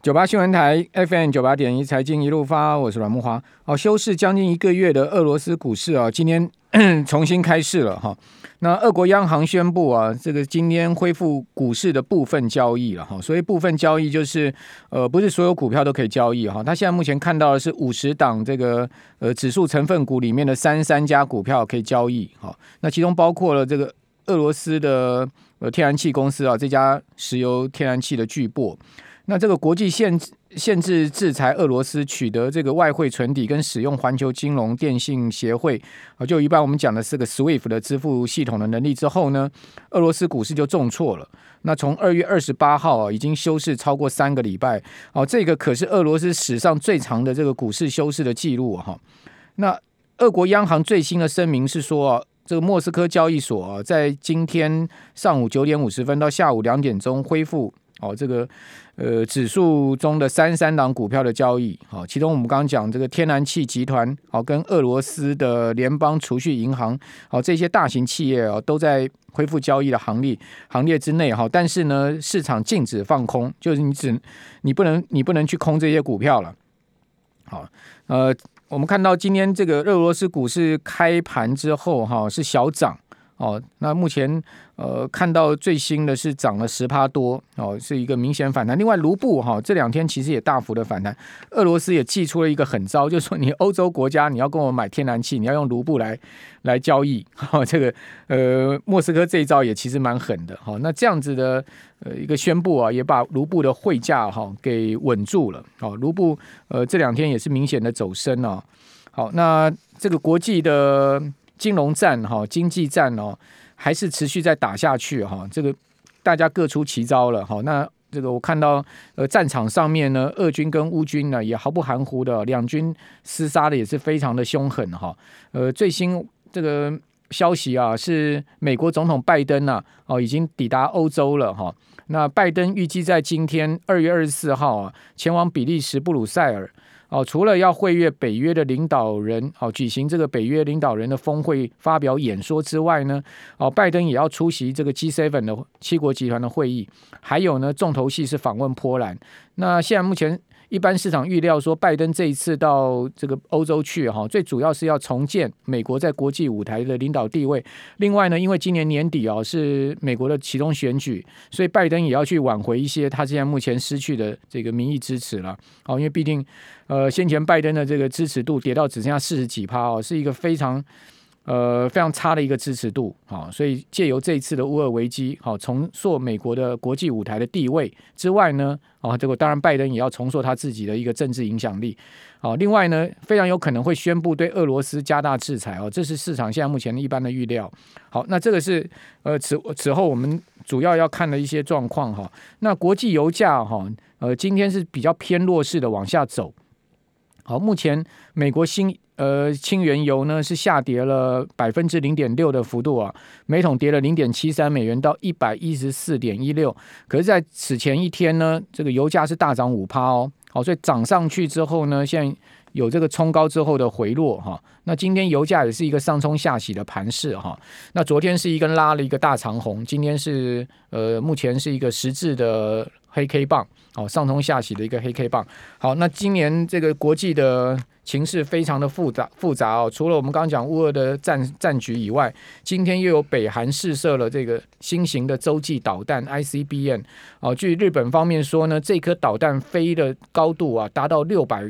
98新闻台 FM 98.1财经一路发，我是阮慕骅。休市将近1个月的俄罗斯股市今天重新开市了哈。那俄国央行宣布这个今天恢复股市的部分交易了哈。所以部分交易就是不是所有股票都可以交易哈。他现在目前看到的是50档这个指数成分股里面的33家股票可以交易哈。那其中包括了这个俄罗斯的天然气公司这家石油天然气的巨擘。那这个国际限制制裁俄罗斯取得这个外汇存底跟使用环球金融电信协会就一般我们讲的是个 SWIFT 的支付系统的能力之后呢，俄罗斯股市就重挫了。那从2月28号已经休市超过3个礼拜这个可是俄罗斯史上最长的这个股市休市的记录那俄国央行最新的声明是说这个莫斯科交易所在今天上午9点50分到下午2点钟恢复这个指数中的33档股票的交易其中我们刚刚讲这个天然气集团跟俄罗斯的联邦储蓄银行这些大型企业都在恢复交易的行列之内但是呢市场禁止放空，就是你不能去空这些股票了。我们看到今天这个俄罗斯股市开盘之后是小涨那目前看到最新的是涨了10%多是一个明显反弹。另外卢布这2天其实也大幅的反弹。俄罗斯也祭出了一个狠招，就是说你欧洲国家你要跟我买天然气，你要用卢布来交易这个莫斯科这一招也其实蛮狠的那这样子的一个宣布也把卢布的汇价给稳住了卢布这2天也是明显的走升好，那这个国际的金融战经济战还是持续在打下去这个大家各出奇招了那这个我看到战场上面呢，俄军跟乌军呢也毫不含糊的两军厮杀的也是非常的凶狠最新这个消息是美国总统拜登已经抵达欧洲了那拜登预计在今天2月24号前往比利时布鲁塞尔除了要会约北约的领导人举行这个北约领导人的峰会发表演说之外呢拜登也要出席这个 G7 的7国集团的会议，还有呢重头戏是访问波兰。那现在目前一般市场预料说拜登这一次到这个欧洲去最主要是要重建美国在国际舞台的领导地位。另外呢因为今年年底是美国的期中选举，所以拜登也要去挽回一些他现在目前失去的这个民意支持了因为毕竟先前拜登的这个支持度跌到只剩下40几%是一个非常差的一个支持度所以借由这一次的乌俄危机重塑美国的国际舞台的地位之外呢这个当然拜登也要重塑他自己的一个政治影响力另外呢非常有可能会宣布对俄罗斯加大制裁这是市场现在目前一般的预料。好，那这个是此后我们主要要看的一些状况那国际油价今天是比较偏弱势的往下走。好，目前美国轻原油呢是下跌了 0.6% 的幅度每桶跌了 0.73美元到 114.16。 可是在此前一天呢这个油价是大涨 5% 所以涨上去之后呢现在有这个冲高之后的回落那今天油价也是一个上冲下洗的盘势那昨天是一根拉了一个大长红，今天是目前是一个实质的黑 K 棒上冲下洗的一个黑 K 棒。好，那今年这个国际的情势非常的复杂除了我们刚刚讲乌俄的战局以外，今天又有北韩试射了这个新型的洲际导弹 ICBM 据日本方面说呢，这颗导弹飞的高度达到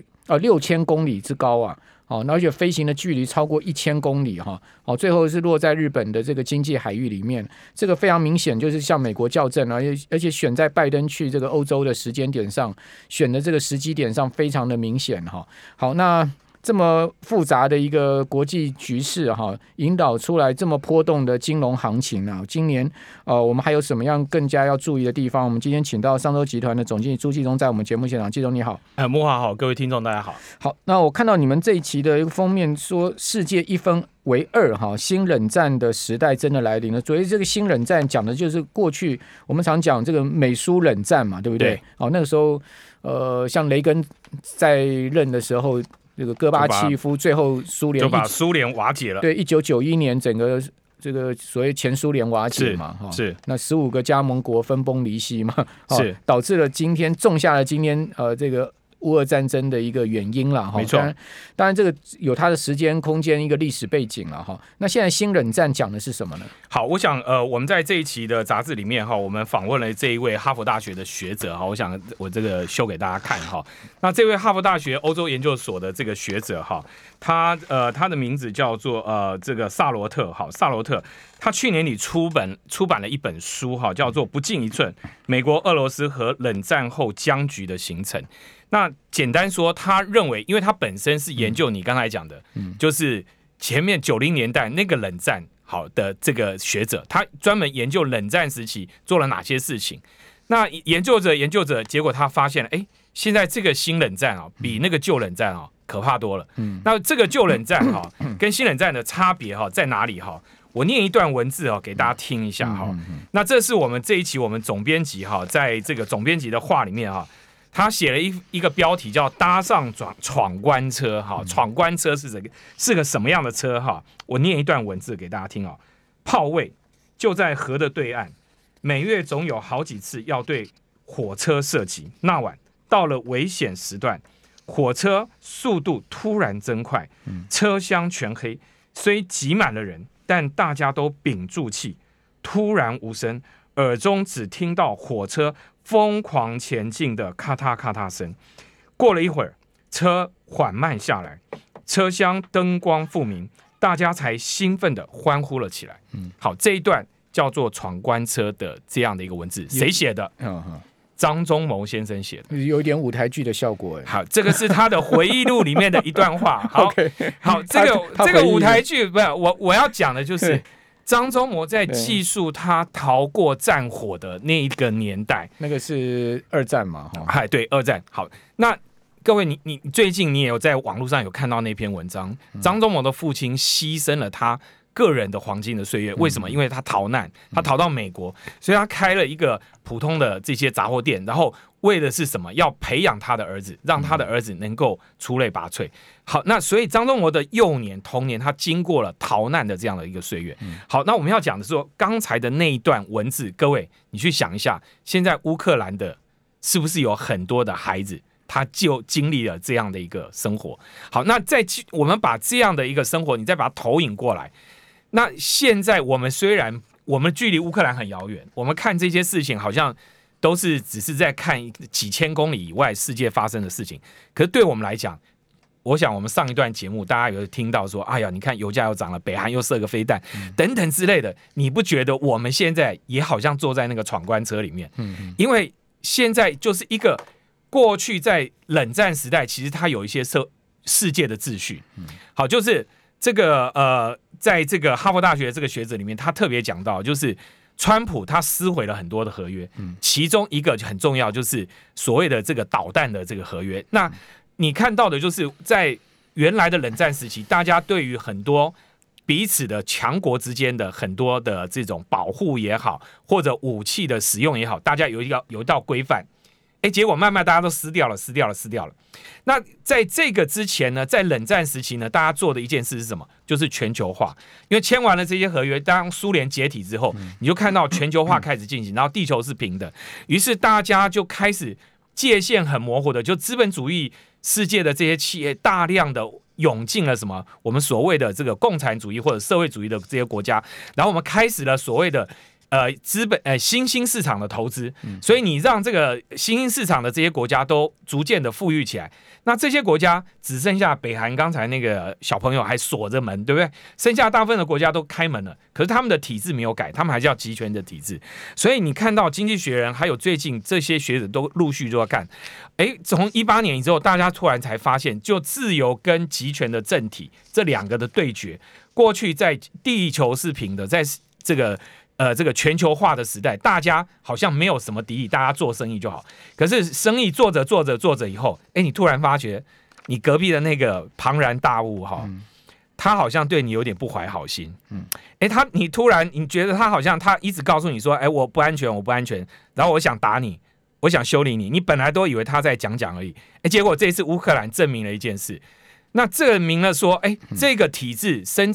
6000公里之高而且飞行的距离超过1000公里最后是落在日本的这个经济海域里面。这个非常明显就是向美国校正而且选在拜登去这个欧洲的时间点上，选的这个时机点上非常的明显好，那这么复杂的一个国际局势引导出来这么波动的金融行情今年我们还有什么样更加要注意的地方？我们今天请到商周集团的总经理朱纪忠在我们节目现场。纪忠你好。 慕骅好，各位听众大家好。 好，那我看到你们这一期的一个封面说世界一分为二新冷战的时代真的来临了。所以这个新冷战讲的就是过去我们常讲这个美苏冷战嘛，对不对？那个时候像雷根在任的时候，这个戈巴契夫最后苏联就把苏联瓦解了。 对，1991年整个这个所谓前苏联瓦解嘛， 是那15个加盟国分崩离析嘛， 是导致了种下了今天这个乌俄战争的一个原因了， 没错。 当然这个有它的时间空间一个历史背景了哈。那现在新冷战讲的是什么呢？ 好，我想我们在这一期的杂志里面哈，我们访问了这一位哈佛大学的学者哈，我想我这个秀给大家看哈。那这位哈佛大学欧洲研究所的这个学者哈，他的名字叫做这个萨罗特，他去年底出版了一本书哈，叫做《不进一寸：美国、俄罗斯和冷战后僵局的形成》。那简单说，他认为，因为他本身是研究你刚才讲的，就是前面90年代那个冷战好的这个学者，他专门研究冷战时期做了哪些事情。那研究着，结果他发现了，现在这个新冷战啊，比那个旧冷战啊可怕多了。那这个旧冷战哈跟新冷战的差别哈在哪里哈？我念一段文字哦，给大家听一下哈。那这是我们这一期我们总编辑哈，在这个总编辑的话里面哈。他写了一个标题叫搭上闯关车哈，闯关车是个什么样的车哈？我念一段文字给大家听哦。炮位就在河的对岸，每月总有好几次要对火车射击。那晚到了危险时段，火车速度突然增快，车厢全黑，虽挤满了人，但大家都屏住气，突然无声，耳中只听到火车疯狂前进的咔嗒咔嗒声。过了一会儿，车缓慢下来，车厢灯光复明，大家才兴奋地欢呼了起来。好，这一段叫做闯关车的这样的一个文字，谁写的？张忠谋先生写的， 有一点舞台剧的效果。 好，这个是他的回忆录里面的一段话。好， okay, 好，这个舞台剧不是我要讲的就是。张忠谋在记述他逃过战火的那一个年代， 那个是二战嘛？ 对，二战。好，那各位，你最近你也有在网络上有看到那篇文章，张忠谋的父亲牺牲了他个人的黄金的岁月，为什么？因为他逃难，他逃到美国，所以他开了一个普通的这些杂货店，然后为的是什么？要培养他的儿子，让他的儿子能够出类拔萃。好，那所以张忠谋的幼年童年，他经过了逃难的这样的一个岁月。好，那我们要讲的是说，刚才的那一段文字，各位你去想一下，现在乌克兰的是不是有很多的孩子？他就经历了这样的一个生活。好，那我们把这样的一个生活，你再把它投影过来。那现在我们虽然我们距离乌克兰很遥远，我们看这些事情好像都是只是在看几千公里以外世界发生的事情，可是对我们来讲，我想我们上一段节目大家有听到说，哎呀，你看油价又涨了，北韩又射个飞弹等等之类的，你不觉得我们现在也好像坐在那个闯关车里面？因为现在就是一个过去在冷战时代，其实它有一些世界的秩序。好，就是这个在这个哈佛大学的这个学者里面，他特别讲到，就是川普他撕毁了很多的合约，其中一个很重要，就是所谓的这个导弹的这个合约。那你看到的就是在原来的冷战时期，大家对于很多彼此的强国之间的很多的这种保护也好，或者武器的使用也好，大家有一道规范。结果慢慢大家都撕掉了。那在这个之前呢，在冷战时期呢，大家做的一件事是什么？就是全球化。因为签完了这些合约，当苏联解体之后，你就看到全球化开始进行，然后地球是平的，于是大家就开始界限很模糊的，就资本主义世界的这些企业大量的涌进了什么？我们所谓的这个共产主义或者社会主义的这些国家，然后我们开始了所谓的资本新兴市场的投资，所以你让这个新兴市场的这些国家都逐渐的富裕起来，那这些国家只剩下北韩刚才那个小朋友还锁着门，对不对？剩下大部分的国家都开门了，可是他们的体制没有改，他们还是要集权的体制。所以你看到《经济学人》还有最近这些学者都陆续都要干，从18年之后，大家突然才发现，就自由跟集权的政体这两个的对决，过去在地球是平的，在这个全球化的时代，大家好像没有什么敌意，大家做生意就好。可是生意做着以后，你突然发觉你隔壁的那个庞然大物他好像对你有点不怀好心。你突然你觉得他好像他一直告诉你说，我不安全，然后我想打你，我想修理你，你本来都以为他在讲而已，结果这一次乌克兰证明了一件事，那证明了说，这个体制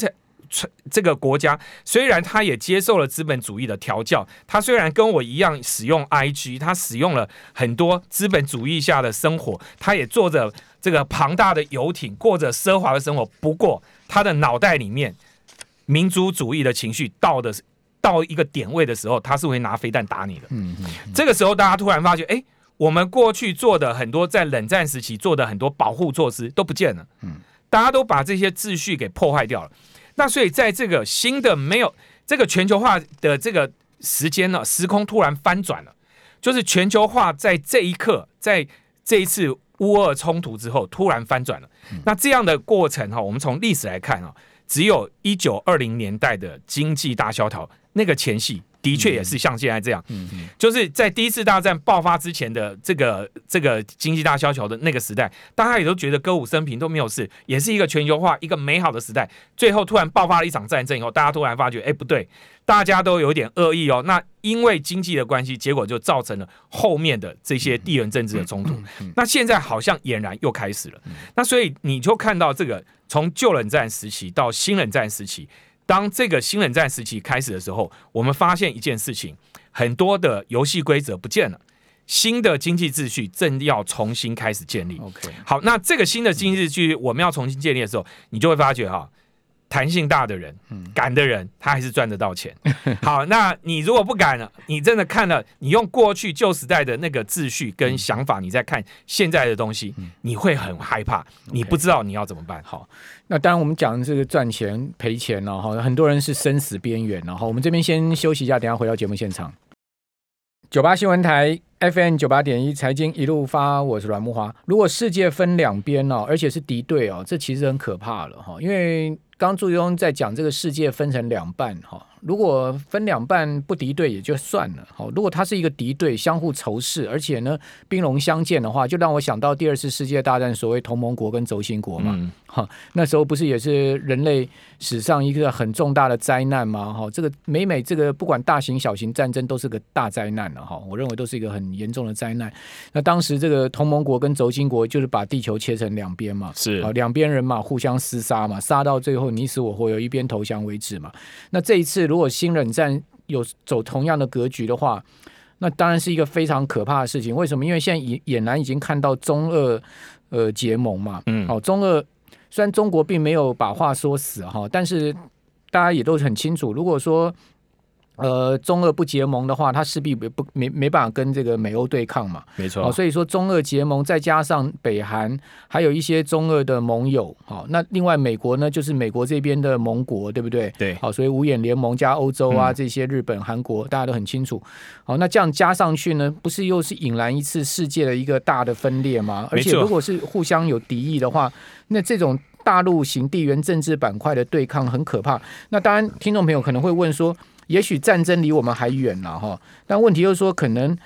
这个国家，虽然他也接受了资本主义的调教，他虽然跟我一样使用 IG， 他使用了很多资本主义下的生活，他也坐着这个庞大的游艇，过着奢华的生活。不过，他的脑袋里面民族主义的情绪到一个点位的时候，他是会拿飞弹打你的。这个时候，大家突然发觉，我们过去做的很多在冷战时期做的很多保护措施都不见了。大家都把这些秩序给破坏掉了。那所以在这个新的没有这个全球化的这个时间呢，时空突然翻转了，就是全球化在这一刻，在这一次乌俄冲突之后突然翻转了。那这样的过程我们从历史来看只有1920年代的经济大萧条那个前夕，的确也是像现在这样，就是在第一次大战爆发之前的这个经济大萧条的那个时代，大家也都觉得歌舞升平都没有事，也是一个全球化一个美好的时代。最后突然爆发了一场战争以后，大家突然发觉，不对，大家都有点恶意那因为经济的关系，结果就造成了后面的这些地缘政治的冲突。那现在好像俨然又开始了。那所以你就看到这个从旧冷战时期到新冷战时期。当这个新冷战时期开始的时候，我们发现一件事情，很多的游戏规则不见了，新的经济秩序正要重新开始建立。好，那这个新的经济秩序我们要重新建立的时候，你就会发觉弹性大的人，敢的人，他还是赚得到钱。好，那你如果不敢了，你真的看了，你用过去旧时代的那个秩序跟想法，你在看现在的东西，你会很害怕，你不知道你要怎么办。 好，那当然我们讲这个赚钱赔钱很多人是生死边缘。然后我们这边先休息一下，等一下回到节目现场。98新闻台 FM 98.1财经一路发，我是阮慕骅。如果世界分两边而且是敌对这其实很可怕了因为刚朱立庸在讲这个世界分成两半如果分两半不敌对也就算了如果它是一个敌对相互仇视，而且呢兵戎相见的话，就让我想到第二次世界大战所谓同盟国跟轴心国嘛。那时候不是也是人类史上一个很重大的灾难吗？这个每这个不管大型小型战争都是个大灾难了我认为都是一个很严重的灾难。那当时这个同盟国跟轴心国就是把地球切成两边嘛， 是两边人嘛互相厮杀嘛，杀到最后你死我活，有一边投降为止嘛。那这一次如果新冷战有走同样的格局的话，那当然是一个非常可怕的事情。为什么？因为现在俨然已经看到中俄结盟嘛。中俄虽然中国并没有把话说死但是大家也都很清楚，如果说中俄不结盟的话，它势必没办法跟这个美欧对抗嘛， 没错。 所以说中俄结盟，再加上北韩，还有一些中俄的盟友，那另外美国呢，就是美国这边的盟国，对不对？ 对。 好，所以五眼联盟加欧洲啊，这些日本、韩国，大家都很清楚。好，那这样加上去呢，不是又是引燃一次世界的一个大的分裂吗？而且如果是互相有敌意的话，那这种大陆型地缘政治板块的对抗很可怕。那当然，听众朋友可能会问说，也许战争离我们还远了但问题就是说，可能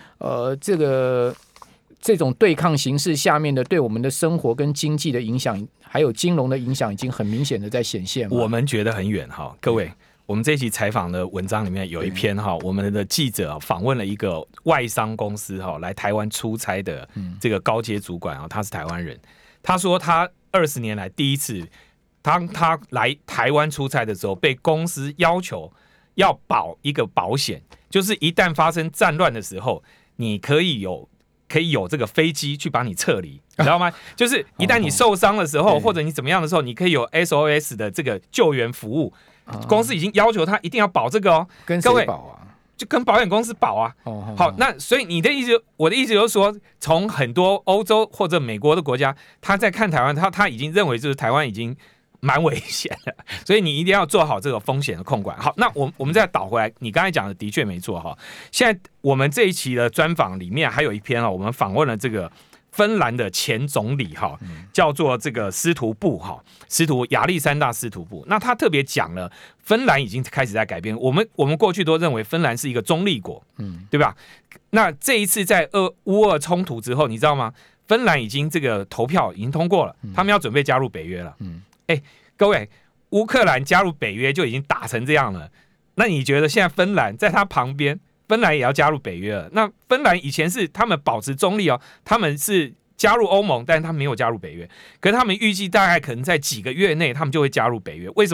这种对抗形势下面的对我们的生活跟经济的影响，还有金融的影响，已经很明显的在显现。 我们觉得很远各位，我们这一期采访的文章里面有一篇我们的记者访问了一个外商公司来台湾出差的这个高阶主管他是台湾人，他说他20年来第一次，当他来台湾出差的时候，被公司要求要保一个保险，就是一旦发生战乱的时候，你可以有这个飞机去帮你撤离，你知道吗？就是一旦你受伤的时候，或者你怎么样的时候，你可以有 SOS 的这个救援服务。公司已经要求他一定要保这个跟谁保啊？ 就跟保险公司保啊。好，那所以我的意思就是说，从很多欧洲或者美国的国家，他在看台湾，他已经认为就是台湾已经蛮危险的，所以你一定要做好这个风险的控管。好，那我们再倒回来，你刚才讲的的确没错现在我们这一期的专访里面还有一篇我们访问了这个芬兰的前总理叫做这个司徒布亚历山大司徒布。那他特别讲了，芬兰已经开始在改变。我们过去都认为芬兰是一个中立国，对吧？那这一次在乌俄冲突之后，你知道吗？芬兰已经这个投票已经通过了，他们要准备加入北约了。各位，乌克兰加入北约就已经打成这样了，那你觉得现在芬兰在他旁边？芬兰也要加入北约了。那芬兰以前是他们保持中立他们是加入欧盟，但是他们没有加入北约。可是他们预计大概可能在几个月内，他们就会加入北约。为什么？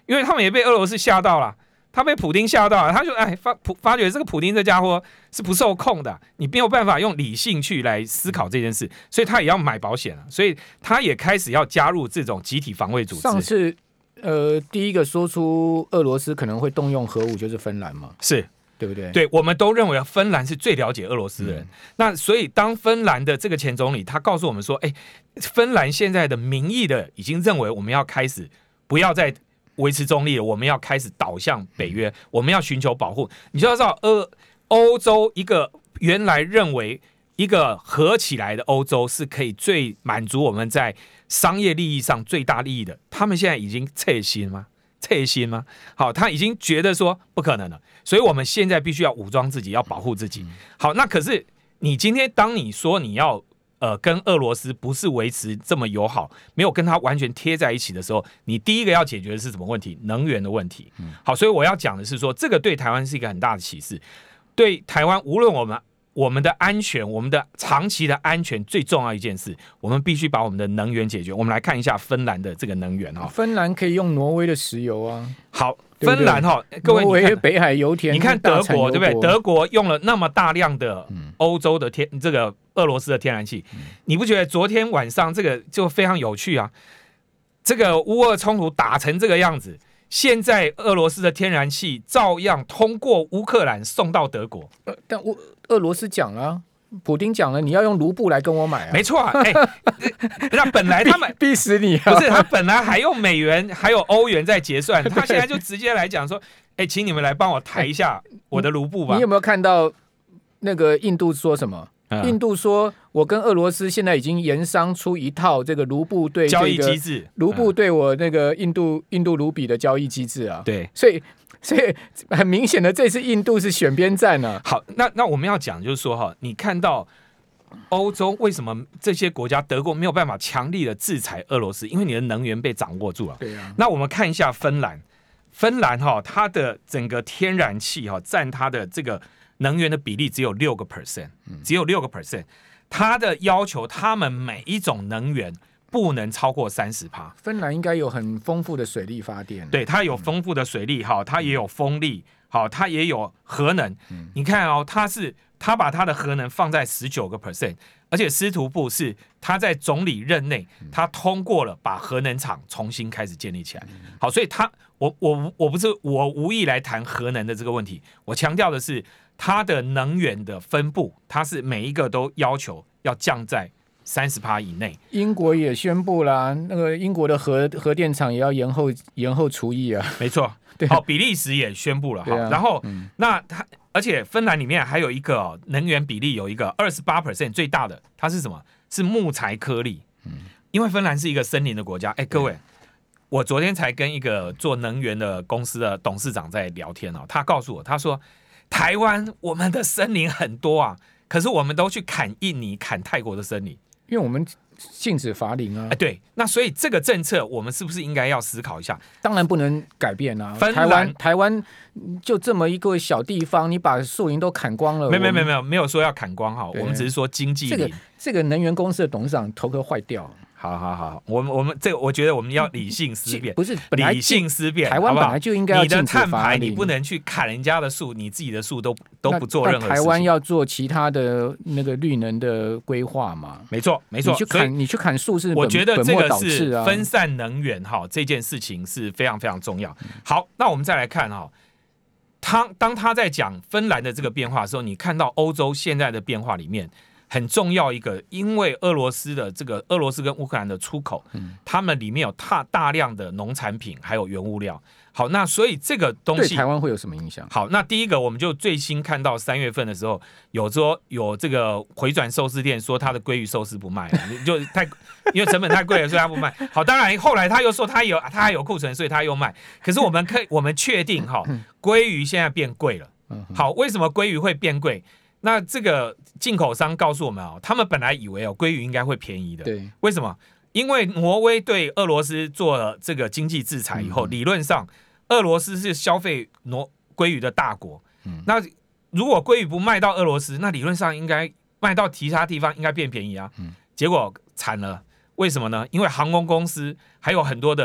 因为他们也被俄罗斯吓到了。他被普丁吓到了，他就发觉这个普丁这家伙是不受控的，你没有办法用理性去来思考这件事，所以他也要买保险了，所以他也开始要加入这种集体防卫组织。 上次第一个说出俄罗斯可能会动用核武就是芬兰嘛， 是对不对？ 对，我们都认为芬兰是最了解俄罗斯的人。那所以当芬兰的这个前总理他告诉我们说，芬兰现在的民意的已经认为我们要开始不要再维持中立了，我们要开始倒向北约，我们要寻求保护。你就要知道，欧洲一个原来认为一个合起来的欧洲是可以最满足我们在商业利益上最大利益的，他们现在已经撤心吗？好，他已经觉得说不可能了，所以我们现在必须要武装自己，要保护自己。好，那可是你今天当你说你要跟俄罗斯不是维持这么友好，没有跟他完全贴在一起的时候，你第一个要解决的是什么问题？能源的问题。好，所以我要讲的是说，这个对台湾是一个很大的启示。对台湾，无论我们的安全，我们的长期的安全最重要一件事，我们必须把我们的能源解决。我们来看一下芬兰的这个能源哈。 芬兰可以用挪威的石油啊。 好，芬兰哈，各位， 挪威北海油田， 你看德国对不对？德国用了那么大量的欧洲的这个俄罗斯的天然气，你不觉得昨天晚上这个就非常有趣啊？这个乌俄冲突打成这个样子，现在俄罗斯的天然气照样通过乌克兰送到德国， 但俄罗斯讲了，普丁讲了，你要用卢布来跟我买啊。 没错啊，那本来他们逼死你啊！ 不是，他本来还用美元还有欧元在结算，他现在就直接来讲说，请你们来帮我抬一下我的卢布吧。 你有没有看到那个印度说什么？印度说，我跟俄罗斯现在已经研商出一套这个卢布对交易机制， 卢布对我那个印度卢比的交易机制啊。 对， 所以很明显的，这次印度是选边站啊。 好，那我们要讲就是说哈，你看到欧洲为什么这些国家，德国没有办法强力的制裁俄罗斯，因为你的能源被掌握住了。 对啊。 那我们看一下芬兰哈，它的整个天然气哈占它的这个能源的比例只有6%，只有6%。它的要求，他们每一种能源不能超过30%。 芬兰应该有很丰富的水力发电， 对，它有丰富的水力，好，它也有风力，好，它也有核能。你看哦，它把它的核能放在19%，而且司徒布是他在总理任内，他通过了把核能厂重新开始建立起来。好，所以我无意来谈核能的这个问题，我强调的是它的能源的分布，它是每一个都要求要降在30%以内。 英国也宣布啦，那个英国的核电厂也要延后除役啊。 没错，好，比利时也宣布了，好，然后那而且芬兰里面还有一个能源比例有一个28%最大的，它是什么？是木材颗粒。因为芬兰是一个森林的国家。各位，我昨天才跟一个做能源的公司的董事长在聊天哦，他告诉我，他说台湾我们的森林很多啊，可是我们都去砍印尼、砍泰国的森林， 因为我们禁止伐林啊。 对，那所以这个政策我们是不是应该要思考一下？ 当然不能改变啊。台湾就这么一个小地方，你把树林都砍光了。 没有说要砍光哈，我们只是说经济林。 这个能源公司的董事长头壳坏掉。 好，我们这个我觉得我们要理性思辨， 不是理性思辨。 台湾本来就应该要禁止伐林， 你的碳排你不能去砍人家的树，你自己的树都不做任何事情。 台湾要做其他的那个绿能的规划嘛？ 没错。 你去砍树是我觉得这个是分散能源哈，这件事情是非常非常重要。好，那我们再来看哈，当他在讲芬兰的这个变化的时候，你看到欧洲现在的变化里面。很重要一个，因为俄罗斯跟乌克兰的出口，他们里面有大量的农产品还有原物料。好，那所以这个东西对台湾会有什么影响？ 好，那第一个我们就最新看到3月份的时候，有这个回转寿司店说他的鲑鱼寿司不卖了，因为成本太贵了，所以他不卖。好，当然后来他又说他还有库存，所以他又卖。可是我们确定哈，鲑鱼现在变贵了。好，为什么鲑鱼会变贵？那这个进口商告诉我们他们本来以为鲑鱼应该会便宜的。 对， 为什么？因为挪威对俄罗斯做了这个经济制裁以后，理论上俄罗斯是消费鲑鱼的大国。那如果鲑鱼不卖到俄罗斯，那理论上应该卖到其他地方应该变便宜啊。结果惨了，为什么呢？因为航空公司还有很多的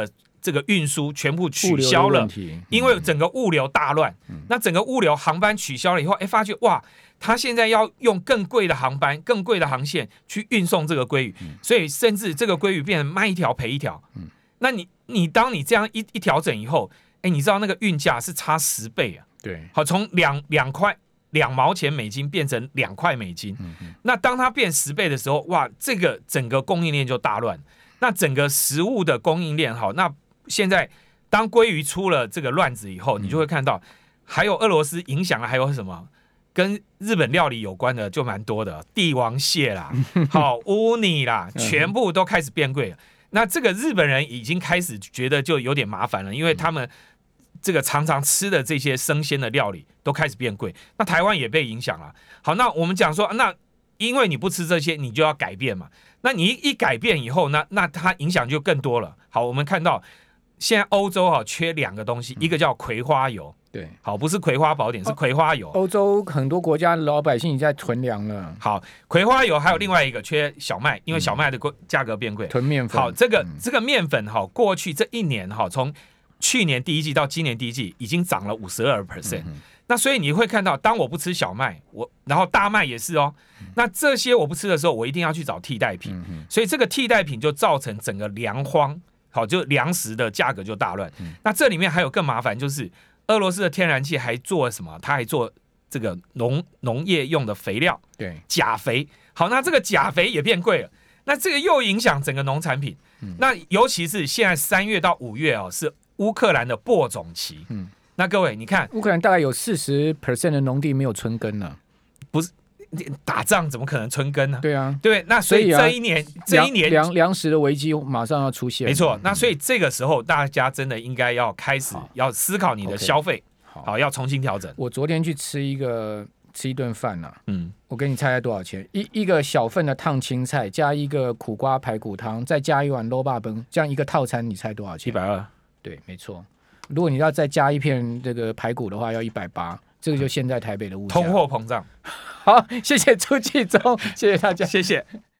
这个运输全部物取流的消了问，题因为整个物流大乱。那整个物流航班取消了以后，发觉哇，他现在要用更贵的航班、更贵的航线去运送这个鲑鱼，所以甚至这个鲑鱼变成卖一条赔一条。那当你这样一调整以后，你知道那个运价是差10倍啊。 对， 好，从2毛钱美金变成2块美金。那当它变10倍的时候，哇，这个整个供应链就大乱。那整个食物的供应链，好，那现在当鲑鱼出了这个乱子以后，你就会看到，还有俄罗斯影响了，还有什么跟日本料理有关的就蛮多的，帝王蟹啦，好乌尼啦，全部都开始变贵了。那这个日本人已经开始觉得就有点麻烦了，因为他们这个常常吃的这些生鲜的料理都开始变贵，那台湾也被影响了。好，那我们讲说，那因为你不吃这些，你就要改变嘛。那你一改变以后，那它影响就更多了。好，我们看到现在欧洲缺2个东西，一个叫葵花油。 对， 好，不是葵花宝典，是葵花油。 欧洲很多国家的老百姓已经在囤粮了。 好，葵花油还有另外一个缺小麦，因为小麦的价格变贵， 囤面粉。 好，这个面粉过去这1年从去年第一季到今年第一季已经涨了52%。那所以你会看到，当我不吃小麦，然后大麦也是那这些我不吃的时候，我一定要去找替代品。所以这个替代品就造成整个粮荒，好，就粮食的价格就大乱。那这里面还有更麻烦，就是俄罗斯的天然气还做什么？它还做这个农业用的肥料， 对， 钾肥。好，那这个钾肥也变贵了，那这个又影响整个农产品。那尤其是现在3月到5月是乌克兰的播种期。那各位你看， 乌克兰大概有40% 的农地没有春耕了。 不是打仗怎么可能春耕呢？ 对啊， 对，那所以这一年粮食的危机马上要出现。 没错，那所以这个时候大家真的应该要开始要思考你的消费，好，要重新调整。 我昨天去吃一顿饭我给你猜多少钱？一个小份的烫青菜加一个苦瓜排骨汤，再加一碗肉霸崩，这样一个套餐你猜多少钱 ？120。对， 没错。如果你要再加一片这个排骨的话，要180。这个就现在台北的物价， 通货膨胀。 好，谢谢朱继忠，谢谢大家， 谢谢。